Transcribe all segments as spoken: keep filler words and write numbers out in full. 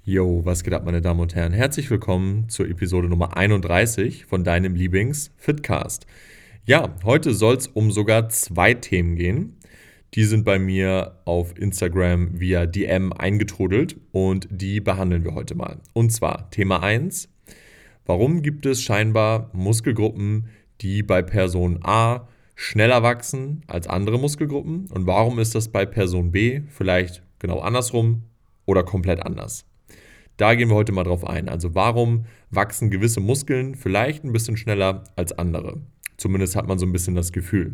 Jo, was geht ab, meine Damen und Herren? Herzlich willkommen zur Episode Nummer einunddreißig von deinem Lieblings-Fitcast. Ja, heute soll es um sogar zwei Themen gehen. Die sind bei mir auf Instagram via D M eingetrudelt und die behandeln wir heute mal. Und zwar Thema eins: Warum gibt es scheinbar Muskelgruppen, die bei Person A schneller wachsen als andere Muskelgruppen? Und warum ist das bei Person B vielleicht genau andersrum oder komplett anders? Da gehen wir heute mal drauf ein. Also warum wachsen gewisse Muskeln vielleicht ein bisschen schneller als andere? Zumindest hat man so ein bisschen das Gefühl.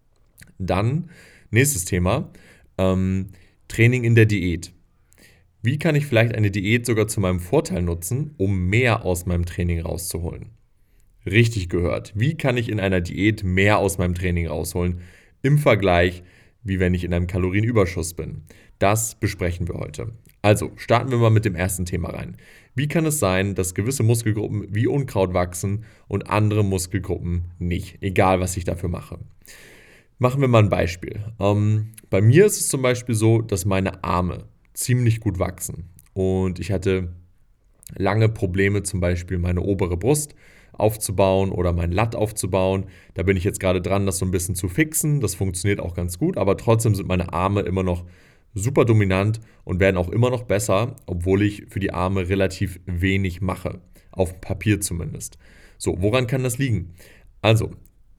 Dann, nächstes Thema, ähm, Training in der Diät. Wie kann ich vielleicht eine Diät sogar zu meinem Vorteil nutzen, um mehr aus meinem Training rauszuholen? Richtig gehört. Wie kann ich in einer Diät mehr aus meinem Training rausholen im Vergleich, wie wenn ich in einem Kalorienüberschuss bin? Das besprechen wir heute. Also, starten wir mal mit dem ersten Thema rein. Wie kann es sein, dass gewisse Muskelgruppen wie Unkraut wachsen und andere Muskelgruppen nicht, egal was ich dafür mache? Machen wir mal ein Beispiel. Ähm, bei mir ist es zum Beispiel so, dass meine Arme ziemlich gut wachsen. Und ich hatte lange Probleme, zum Beispiel meine obere Brust aufzubauen oder mein Lat aufzubauen. Da bin ich jetzt gerade dran, das so ein bisschen zu fixen. Das funktioniert auch ganz gut, aber trotzdem sind meine Arme immer noch super dominant und werden auch immer noch besser, obwohl ich für die Arme relativ wenig mache. Auf Papier zumindest. So, woran kann das liegen? Also,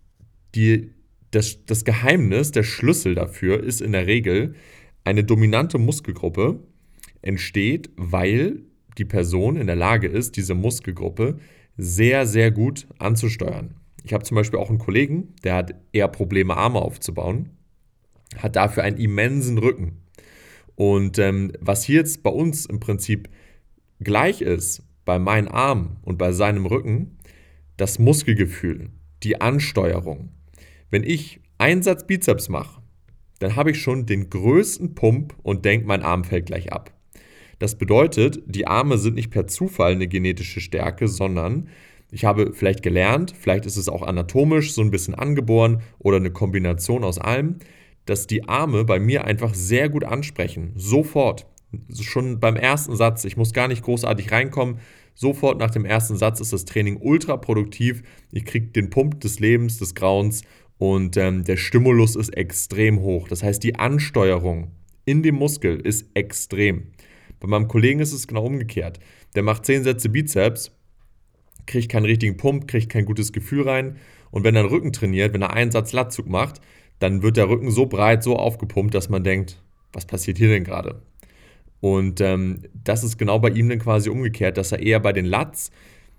die, das, das Geheimnis, der Schlüssel dafür ist in der Regel, eine dominante Muskelgruppe entsteht, weil die Person in der Lage ist, diese Muskelgruppe sehr, sehr gut anzusteuern. Ich habe zum Beispiel auch einen Kollegen, der hat eher Probleme, Arme aufzubauen, hat dafür einen immensen Rücken. Und ähm, was hier jetzt bei uns im Prinzip gleich ist, bei meinen Armen und bei seinem Rücken, das Muskelgefühl, die Ansteuerung. Wenn ich einen Satz Bizeps mache, dann habe ich schon den größten Pump und denke, mein Arm fällt gleich ab. Das bedeutet, die Arme sind nicht per Zufall eine genetische Stärke, sondern ich habe vielleicht gelernt, vielleicht ist es auch anatomisch so ein bisschen angeboren oder eine Kombination aus allem, dass die Arme bei mir einfach sehr gut ansprechen. Sofort. Schon beim ersten Satz. Ich muss gar nicht großartig reinkommen. Sofort nach dem ersten Satz ist das Training ultra produktiv. Ich kriege den Pump des Lebens, des Grauens und ähm, der Stimulus ist extrem hoch. Das heißt, die Ansteuerung in dem Muskel ist extrem. Bei meinem Kollegen ist es genau umgekehrt. Der macht zehn Sätze Bizeps, kriegt keinen richtigen Pump, kriegt kein gutes Gefühl rein. Und wenn er den Rücken trainiert, wenn er einen Satz Latzug macht, dann wird der Rücken so breit, so aufgepumpt, dass man denkt, was passiert hier denn gerade? Und ähm, das ist genau bei ihm dann quasi umgekehrt, dass er eher bei den Lats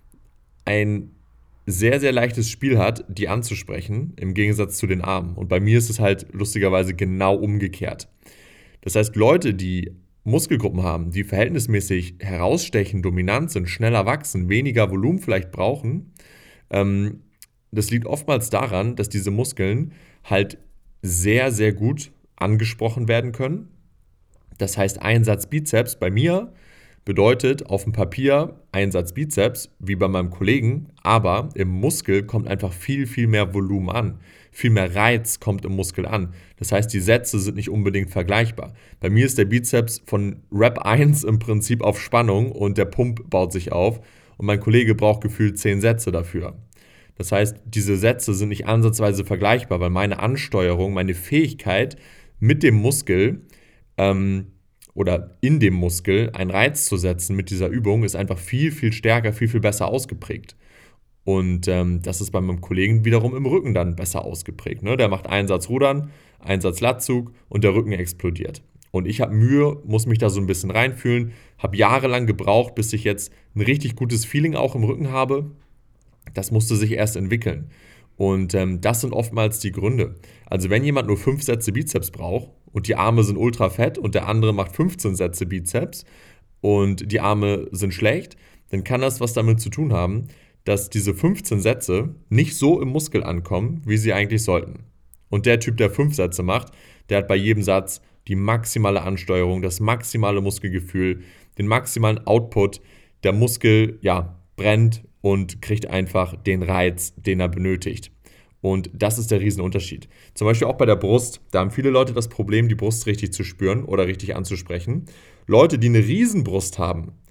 ein sehr, sehr leichtes Spiel hat, die anzusprechen, im Gegensatz zu den Armen. Und bei mir ist es halt lustigerweise genau umgekehrt. Das heißt, Leute, die Muskelgruppen haben, die verhältnismäßig herausstechen, dominant sind, schneller wachsen, weniger Volumen vielleicht brauchen, ähm, das liegt oftmals daran, dass diese Muskeln halt sehr, sehr gut angesprochen werden können. Das heißt, ein Satz Bizeps bei mir bedeutet auf dem Papier ein Satz Bizeps, wie bei meinem Kollegen, aber im Muskel kommt einfach viel, viel mehr Volumen an. Viel mehr Reiz kommt im Muskel an. Das heißt, die Sätze sind nicht unbedingt vergleichbar. Bei mir ist der Bizeps von Rep eins im Prinzip auf Spannung und der Pump baut sich auf und mein Kollege braucht gefühlt zehn Sätze dafür. Das heißt, diese Sätze sind nicht ansatzweise vergleichbar, weil meine Ansteuerung, meine Fähigkeit mit dem Muskel ähm, oder in dem Muskel einen Reiz zu setzen mit dieser Übung ist einfach viel, viel stärker, viel, viel besser ausgeprägt. Und ähm, das ist bei meinem Kollegen wiederum im Rücken dann besser ausgeprägt. Ne? Der macht einen Satz Rudern, einen Satz Latzug und der Rücken explodiert. Und ich habe Mühe, muss mich da so ein bisschen reinfühlen, habe jahrelang gebraucht, bis ich jetzt ein richtig gutes Feeling auch im Rücken habe. Das musste sich erst entwickeln. Und ähm, das sind oftmals die Gründe. Also wenn jemand nur fünf Sätze Bizeps braucht und die Arme sind ultra fett und der andere macht fünfzehn Sätze Bizeps und die Arme sind schlecht, dann kann das was damit zu tun haben, dass diese fünfzehn Sätze nicht so im Muskel ankommen, wie sie eigentlich sollten. Und der Typ, der fünf Sätze macht, der hat bei jedem Satz die maximale Ansteuerung, das maximale Muskelgefühl, den maximalen Output. Der Muskel, ja, brennt und kriegt einfach den Reiz, den er benötigt. Und das ist der Riesenunterschied. Zum Beispiel auch bei der Brust. Da haben viele Leute das Problem, die Brust richtig zu spüren oder richtig anzusprechen. Leute, die eine Riesenbrust haben,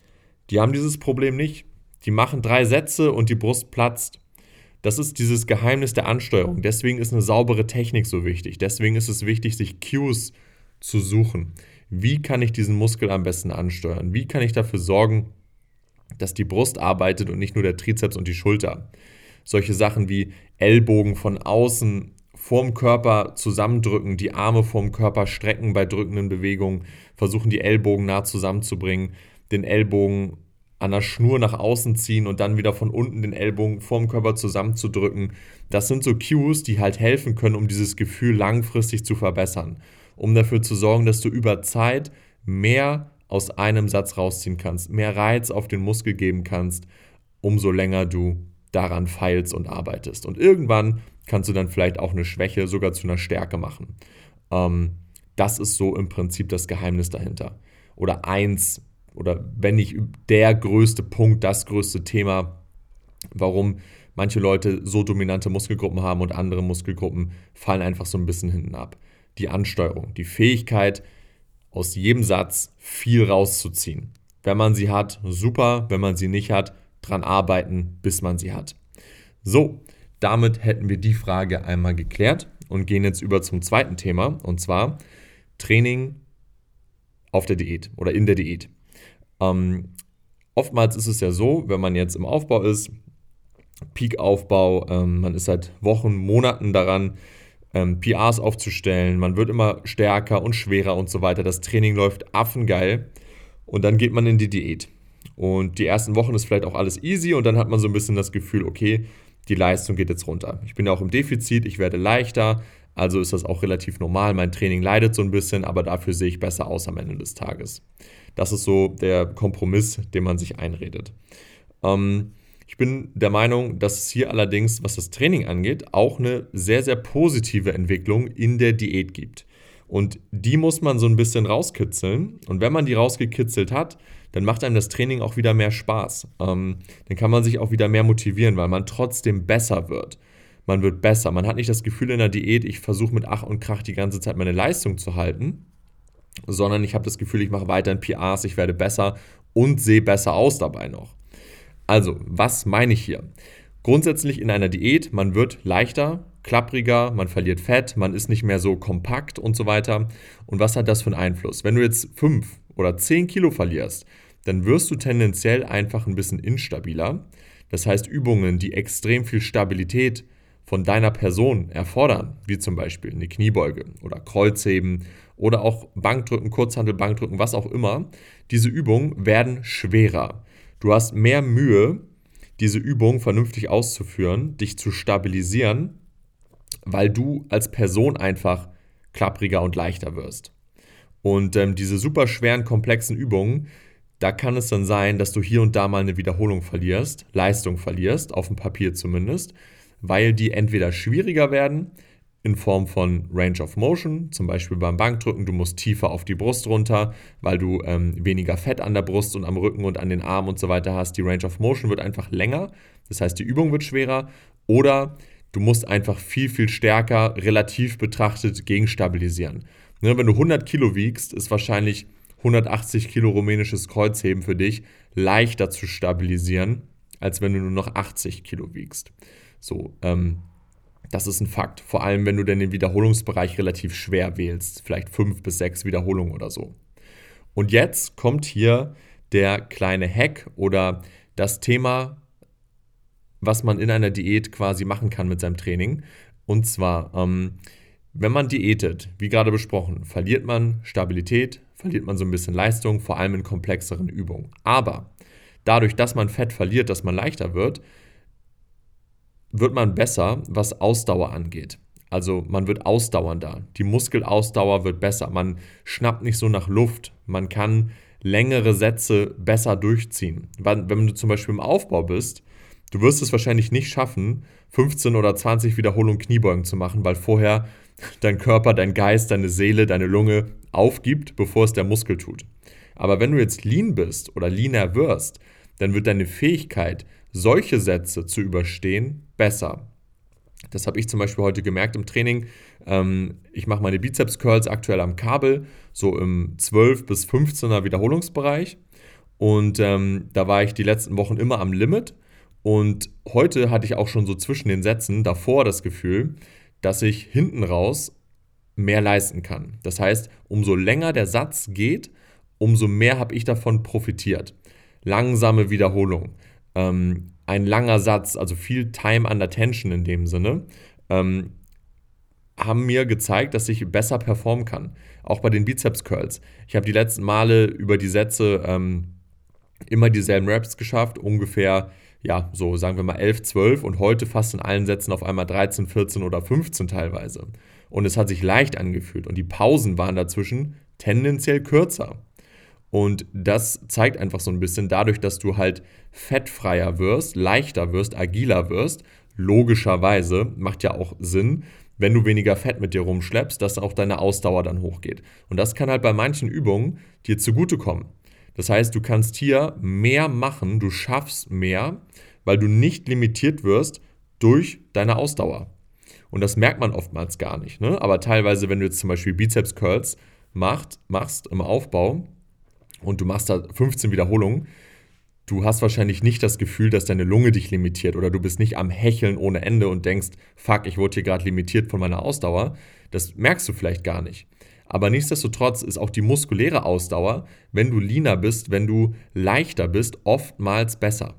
Die haben dieses Problem nicht. Die machen drei Sätze und die Brust platzt. Das ist dieses Geheimnis der Ansteuerung. Deswegen ist eine saubere Technik so wichtig. Deswegen ist es wichtig, sich Cues zu suchen. Wie kann ich diesen Muskel am besten ansteuern? Wie kann ich dafür sorgen, dass die Brust arbeitet und nicht nur der Trizeps und die Schulter? Solche Sachen wie Ellbogen von außen vorm Körper zusammendrücken, die Arme vorm Körper strecken bei drückenden Bewegungen, versuchen die Ellbogen nah zusammenzubringen, den Ellbogen an der Schnur nach außen ziehen und dann wieder von unten den Ellbogen vorm Körper zusammenzudrücken. Das sind so Cues, die halt helfen können, um dieses Gefühl langfristig zu verbessern, um dafür zu sorgen, dass du über Zeit mehr aus einem Satz rausziehen kannst, mehr Reiz auf den Muskel geben kannst, umso länger du daran feilst und arbeitest. Und irgendwann kannst du dann vielleicht auch eine Schwäche sogar zu einer Stärke machen. Ähm, das ist so im Prinzip das Geheimnis dahinter. Oder eins, oder wenn nicht der größte Punkt, das größte Thema, warum manche Leute so dominante Muskelgruppen haben und andere Muskelgruppen fallen einfach so ein bisschen hinten ab. Die Ansteuerung, die Fähigkeit, aus jedem Satz viel rauszuziehen. Wenn man sie hat, super. Wenn man sie nicht hat, dran arbeiten, bis man sie hat. So, damit hätten wir die Frage einmal geklärt und gehen jetzt über zum zweiten Thema, und zwar Training auf der Diät oder in der Diät. Ähm, oftmals ist es ja so, wenn man jetzt im Aufbau ist, Peak-Aufbau, ähm, man ist seit Wochen, Monaten daran, ähm, P Rs aufzustellen, man wird immer stärker und schwerer und so weiter, das Training läuft affengeil und dann geht man in die Diät. Und die ersten Wochen ist vielleicht auch alles easy und dann hat man so ein bisschen das Gefühl, okay, die Leistung geht jetzt runter. Ich bin ja auch im Defizit, ich werde leichter, also ist das auch relativ normal. Mein Training leidet so ein bisschen, aber dafür sehe ich besser aus am Ende des Tages. Das ist so der Kompromiss, den man sich einredet. Ähm, ich bin der Meinung, dass es hier allerdings, was das Training angeht, auch eine sehr, sehr positive Entwicklung in der Diät gibt. Und die muss man so ein bisschen rauskitzeln. Und wenn man die rausgekitzelt hat, dann macht einem das Training auch wieder mehr Spaß. Ähm, dann kann man sich auch wieder mehr motivieren, weil man trotzdem besser wird. Man wird besser. Man hat nicht das Gefühl in der Diät, ich versuche mit Ach und Krach die ganze Zeit meine Leistung zu halten, sondern ich habe das Gefühl, ich mache weiterhin P Rs, ich werde besser und sehe besser aus dabei noch. Also, was meine ich hier? Grundsätzlich in einer Diät, man wird leichter, klappriger, man verliert Fett, man ist nicht mehr so kompakt und so weiter. Und was hat das für einen Einfluss? Wenn du jetzt fünf oder zehn Kilo verlierst, dann wirst du tendenziell einfach ein bisschen instabiler. Das heißt, Übungen, die extrem viel Stabilität von deiner Person erfordern, wie zum Beispiel eine Kniebeuge oder Kreuzheben oder auch Bankdrücken, Kurzhantel, Bankdrücken, was auch immer, diese Übungen werden schwerer. Du hast mehr Mühe, diese Übung vernünftig auszuführen, dich zu stabilisieren, weil du als Person einfach klappriger und leichter wirst. Und ähm, diese super schweren, komplexen Übungen, da kann es dann sein, dass du hier und da mal eine Wiederholung verlierst, Leistung verlierst, auf dem Papier zumindest, weil die entweder schwieriger werden, in Form von Range of Motion, zum Beispiel beim Bankdrücken, du musst tiefer auf die Brust runter, weil du ähm, weniger Fett an der Brust und am Rücken und an den Armen und so weiter hast. Die Range of Motion wird einfach länger, das heißt, die Übung wird schwerer, oder du musst einfach viel, viel stärker relativ betrachtet gegenstabilisieren. Ne, wenn du hundert Kilo wiegst, ist wahrscheinlich hundertachtzig Kilo rumänisches Kreuzheben für dich leichter zu stabilisieren, als wenn du nur noch achtzig Kilo wiegst. So, ähm, das ist ein Fakt. Vor allem, wenn du dann den Wiederholungsbereich relativ schwer wählst. Vielleicht fünf bis sechs Wiederholungen oder so. Und jetzt kommt hier der kleine Hack oder das Thema, was man in einer Diät quasi machen kann mit seinem Training. Und zwar, ähm, wenn man diätet, wie gerade besprochen, verliert man Stabilität, verliert man so ein bisschen Leistung, vor allem in komplexeren Übungen. Aber dadurch, dass man Fett verliert, dass man leichter wird, wird man besser, was Ausdauer angeht. Also man wird ausdauernder. Die Muskelausdauer wird besser. Man schnappt nicht so nach Luft. Man kann längere Sätze besser durchziehen. Wenn du zum Beispiel im Aufbau bist, du wirst es wahrscheinlich nicht schaffen, fünfzehn oder zwanzig Wiederholungen Kniebeugen zu machen, weil vorher dein Körper, dein Geist, deine Seele, deine Lunge aufgibt, bevor es der Muskel tut. Aber wenn du jetzt lean bist oder leaner wirst, dann wird deine Fähigkeit, solche Sätze zu überstehen, besser. Das habe ich zum Beispiel heute gemerkt im Training. Ähm, ich mache meine Bizeps-Curls aktuell am Kabel, so im zwölf bis fünfzehner Wiederholungsbereich. Und ähm, da war ich die letzten Wochen immer am Limit. Und heute hatte ich auch schon so zwischen den Sätzen davor das Gefühl, dass ich hinten raus mehr leisten kann. Das heißt, umso länger der Satz geht, umso mehr habe ich davon profitiert. Langsame Wiederholung, ähm, ein langer Satz, also viel Time under Tension in dem Sinne, ähm, haben mir gezeigt, dass ich besser performen kann. Auch bei den Bizeps-Curls. Ich habe die letzten Male über die Sätze ähm, immer dieselben Reps geschafft, ungefähr, ja, so sagen wir mal elf, zwölf und heute fast in allen Sätzen auf einmal dreizehn, vierzehn oder fünfzehn teilweise. Und es hat sich leicht angefühlt und die Pausen waren dazwischen tendenziell kürzer. Und das zeigt einfach so ein bisschen dadurch, dass du halt fettfreier wirst, leichter wirst, agiler wirst. Logischerweise macht ja auch Sinn, wenn du weniger Fett mit dir rumschleppst, dass auch deine Ausdauer dann hochgeht. Und das kann halt bei manchen Übungen dir zugutekommen. Das heißt, du kannst hier mehr machen, du schaffst mehr, weil du nicht limitiert wirst durch deine Ausdauer. Und das merkt man oftmals gar nicht. Ne? Aber teilweise, wenn du jetzt zum Beispiel Bizeps-Curls macht, machst im Aufbau und du machst da fünfzehn Wiederholungen, du hast wahrscheinlich nicht das Gefühl, dass deine Lunge dich limitiert oder du bist nicht am Hecheln ohne Ende und denkst, fuck, ich wurde hier gerade limitiert von meiner Ausdauer. Das merkst du vielleicht gar nicht. Aber nichtsdestotrotz ist auch die muskuläre Ausdauer, wenn du leaner bist, wenn du leichter bist, oftmals besser.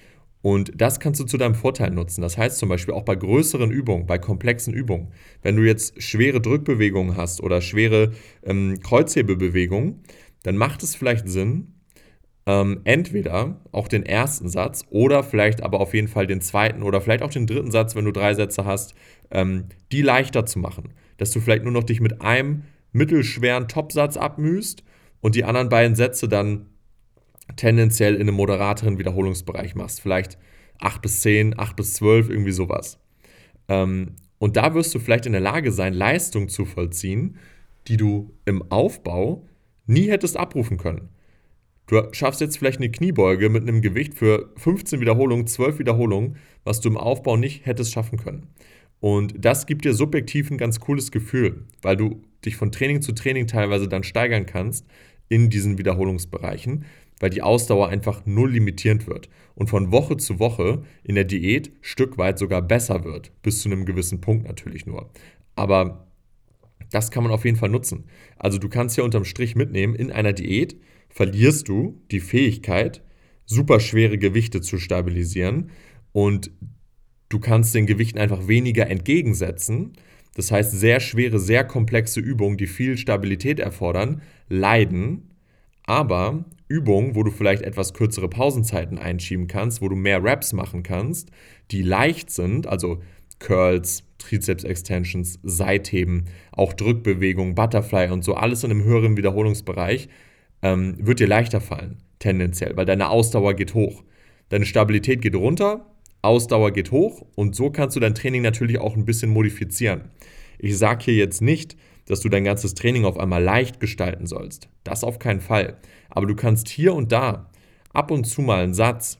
Und das kannst du zu deinem Vorteil nutzen. Das heißt zum Beispiel auch bei größeren Übungen, bei komplexen Übungen. Wenn du jetzt schwere Drückbewegungen hast oder schwere ähm, Kreuzhebebewegungen, dann macht es vielleicht Sinn, ähm, entweder auch den ersten Satz oder vielleicht aber auf jeden Fall den zweiten oder vielleicht auch den dritten Satz, wenn du drei Sätze hast, ähm, die leichter zu machen. Dass du vielleicht nur noch dich mit einem mittelschweren Topsatz abmühst und die anderen beiden Sätze dann tendenziell in einem moderateren Wiederholungsbereich machst. Vielleicht acht bis zehn, acht bis zwölf, irgendwie sowas. Ähm, und da wirst du vielleicht in der Lage sein, Leistung zu vollziehen, die du im Aufbau nie hättest abrufen können. Du schaffst jetzt vielleicht eine Kniebeuge mit einem Gewicht für fünfzehn Wiederholungen, zwölf Wiederholungen, was du im Aufbau nicht hättest schaffen können. Und das gibt dir subjektiv ein ganz cooles Gefühl, weil du dich von Training zu Training teilweise dann steigern kannst in diesen Wiederholungsbereichen, weil die Ausdauer einfach null limitierend wird und von Woche zu Woche in der Diät stückweit sogar besser wird, bis zu einem gewissen Punkt natürlich nur. Aber das kann man auf jeden Fall nutzen. Also du kannst hier unterm Strich mitnehmen, in einer Diät verlierst du die Fähigkeit, superschwere Gewichte zu stabilisieren und du kannst den Gewichten einfach weniger entgegensetzen. Das heißt, sehr schwere, sehr komplexe Übungen, die viel Stabilität erfordern, leiden, aber Übungen, wo du vielleicht etwas kürzere Pausenzeiten einschieben kannst, wo du mehr Reps machen kannst, die leicht sind, also Curls, Trizeps-Extensions, Seitheben, auch Drückbewegungen, Butterfly und so, alles in einem höheren Wiederholungsbereich, ähm, wird dir leichter fallen, tendenziell, weil deine Ausdauer geht hoch. Deine Stabilität geht runter, Ausdauer geht hoch und so kannst du dein Training natürlich auch ein bisschen modifizieren. Ich sage hier jetzt nicht, dass du dein ganzes Training auf einmal leicht gestalten sollst. Das auf keinen Fall. Aber du kannst hier und da ab und zu mal einen Satz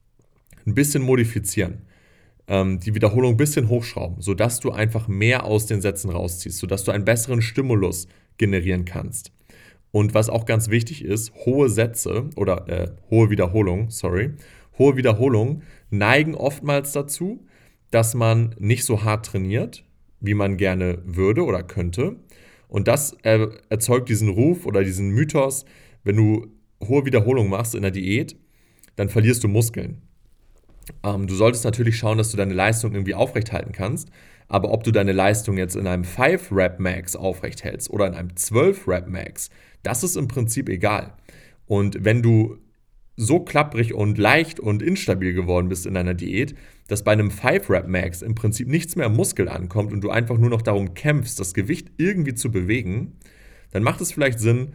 ein bisschen modifizieren, ähm, die Wiederholung ein bisschen hochschrauben, sodass du einfach mehr aus den Sätzen rausziehst, sodass du einen besseren Stimulus generieren kannst. Und was auch ganz wichtig ist, hohe Sätze oder äh, hohe Wiederholungen, sorry, hohe Wiederholungen neigen oftmals dazu, dass man nicht so hart trainiert, wie man gerne würde oder könnte. Und das äh, erzeugt diesen Ruf oder diesen Mythos, wenn du hohe Wiederholungen machst in der Diät, dann verlierst du Muskeln. Ähm, du solltest natürlich schauen, dass du deine Leistung irgendwie aufrechthalten kannst, aber ob du deine Leistung jetzt in einem fünf Rep Max aufrecht hältst oder in einem zwölf Rep Max, das ist im Prinzip egal. Und wenn du so klapprig und leicht und instabil geworden bist in deiner Diät, dass bei einem fünf Rep Max im Prinzip nichts mehr am Muskel ankommt und du einfach nur noch darum kämpfst, das Gewicht irgendwie zu bewegen, dann macht es vielleicht Sinn,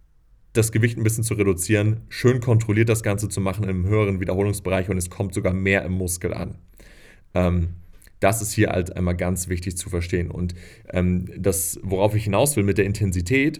das Gewicht ein bisschen zu reduzieren, schön kontrolliert das Ganze zu machen im höheren Wiederholungsbereich und es kommt sogar mehr im Muskel an. Ähm, das ist hier halt einmal ganz wichtig zu verstehen. Und ähm, das, worauf ich hinaus will mit der Intensität,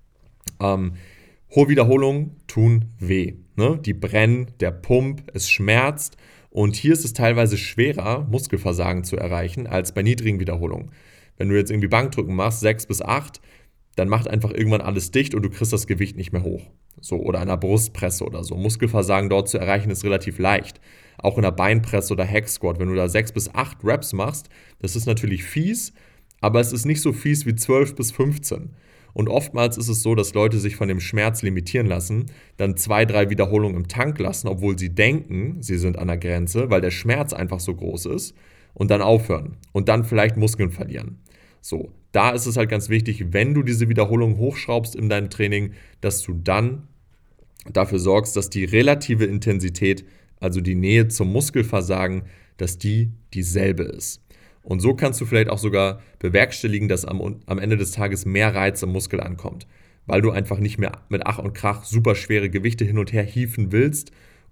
ähm, hohe Wiederholungen tun weh. Ne? Die brennen, der Pump, es schmerzt. Und hier ist es teilweise schwerer, Muskelversagen zu erreichen, als bei niedrigen Wiederholungen. Wenn du jetzt irgendwie Bankdrücken machst, sechs bis acht, dann macht einfach irgendwann alles dicht und du kriegst das Gewicht nicht mehr hoch. So, oder einer Brustpresse oder so. Muskelversagen dort zu erreichen ist relativ leicht. Auch in der Beinpresse oder Hack Squat, wenn du da sechs bis acht Reps machst, das ist natürlich fies, aber es ist nicht so fies wie zwölf bis fünfzehn. Und oftmals ist es so, dass Leute sich von dem Schmerz limitieren lassen, dann zwei, drei Wiederholungen im Tank lassen, obwohl sie denken, sie sind an der Grenze, weil der Schmerz einfach so groß ist, und dann aufhören und dann vielleicht Muskeln verlieren. So, da ist es halt ganz wichtig, wenn du diese Wiederholung hochschraubst in deinem Training, dass du dann dafür sorgst, dass die relative Intensität, also die Nähe zum Muskelversagen, dass die dieselbe ist. Und so kannst du vielleicht auch sogar bewerkstelligen, dass am, am Ende des Tages mehr Reiz im Muskel ankommt, weil du einfach nicht mehr mit Ach und Krach super schwere Gewichte hin und her hieven willst,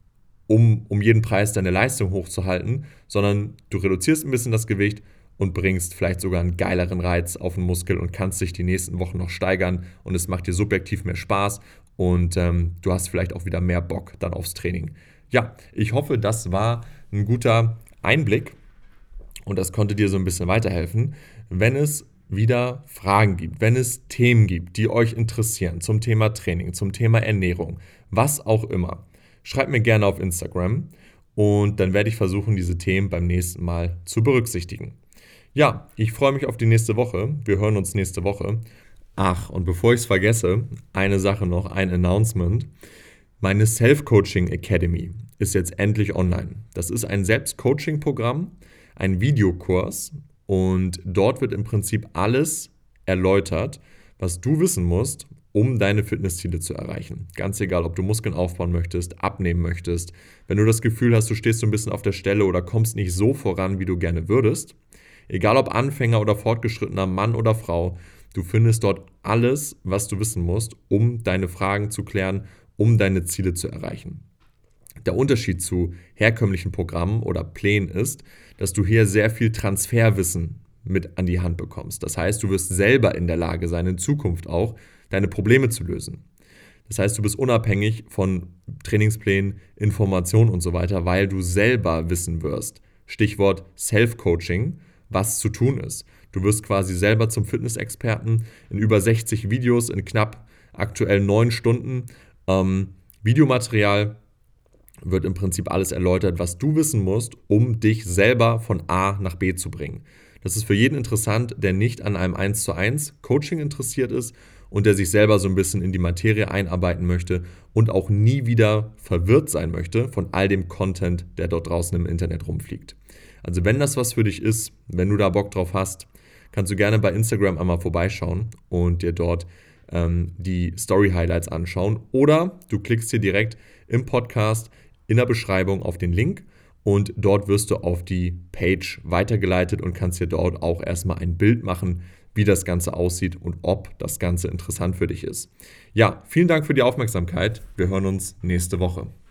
um, um jeden Preis deine Leistung hochzuhalten, sondern du reduzierst ein bisschen das Gewicht und bringst vielleicht sogar einen geileren Reiz auf den Muskel und kannst dich die nächsten Wochen noch steigern und es macht dir subjektiv mehr Spaß und ähm, du hast vielleicht auch wieder mehr Bock dann aufs Training. Ja, ich hoffe, das war ein guter Einblick und das konnte dir so ein bisschen weiterhelfen. Wenn es wieder Fragen gibt, wenn es Themen gibt, die euch interessieren zum Thema Training, zum Thema Ernährung, was auch immer, schreibt mir gerne auf Instagram und dann werde ich versuchen, diese Themen beim nächsten Mal zu berücksichtigen. Ja, ich freue mich auf die nächste Woche. Wir hören uns nächste Woche. Ach, und bevor ich es vergesse, eine Sache noch, ein Announcement. Meine Self-Coaching Academy ist jetzt endlich online. Das ist ein Selbst-Coaching-Programm, ein Videokurs und dort wird im Prinzip alles erläutert, was du wissen musst, um deine Fitnessziele zu erreichen. Ganz egal, ob du Muskeln aufbauen möchtest, abnehmen möchtest, wenn du das Gefühl hast, du stehst so ein bisschen auf der Stelle oder kommst nicht so voran, wie du gerne würdest. Egal ob Anfänger oder fortgeschrittener Mann oder Frau, du findest dort alles, was du wissen musst, um deine Fragen zu klären, um deine Ziele zu erreichen. Der Unterschied zu herkömmlichen Programmen oder Plänen ist, dass du hier sehr viel Transferwissen mit an die Hand bekommst. Das heißt, du wirst selber in der Lage sein, in Zukunft auch deine Probleme zu lösen. Das heißt, du bist unabhängig von Trainingsplänen, Informationen und so weiter, weil du selber wissen wirst. Stichwort Self-Coaching, was zu tun ist. Du wirst quasi selber zum Fitnessexperten in über sechzig Videos in knapp aktuell neun Stunden. Ähm, Videomaterial wird im Prinzip alles erläutert, was du wissen musst, um dich selber von A nach B zu bringen. Das ist für jeden interessant, der nicht an einem eins zu eins Coaching interessiert ist und der sich selber so ein bisschen in die Materie einarbeiten möchte und auch nie wieder verwirrt sein möchte von all dem Content, der dort draußen im Internet rumfliegt. Also wenn das was für dich ist, wenn du da Bock drauf hast, kannst du gerne bei Instagram einmal vorbeischauen und dir dort ähm, die Story-Highlights anschauen. Oder du klickst hier direkt im Podcast in der Beschreibung auf den Link und dort wirst du auf die Page weitergeleitet und kannst dir dort auch erstmal ein Bild machen, wie das Ganze aussieht und ob das Ganze interessant für dich ist. Ja, vielen Dank für die Aufmerksamkeit. Wir hören uns nächste Woche.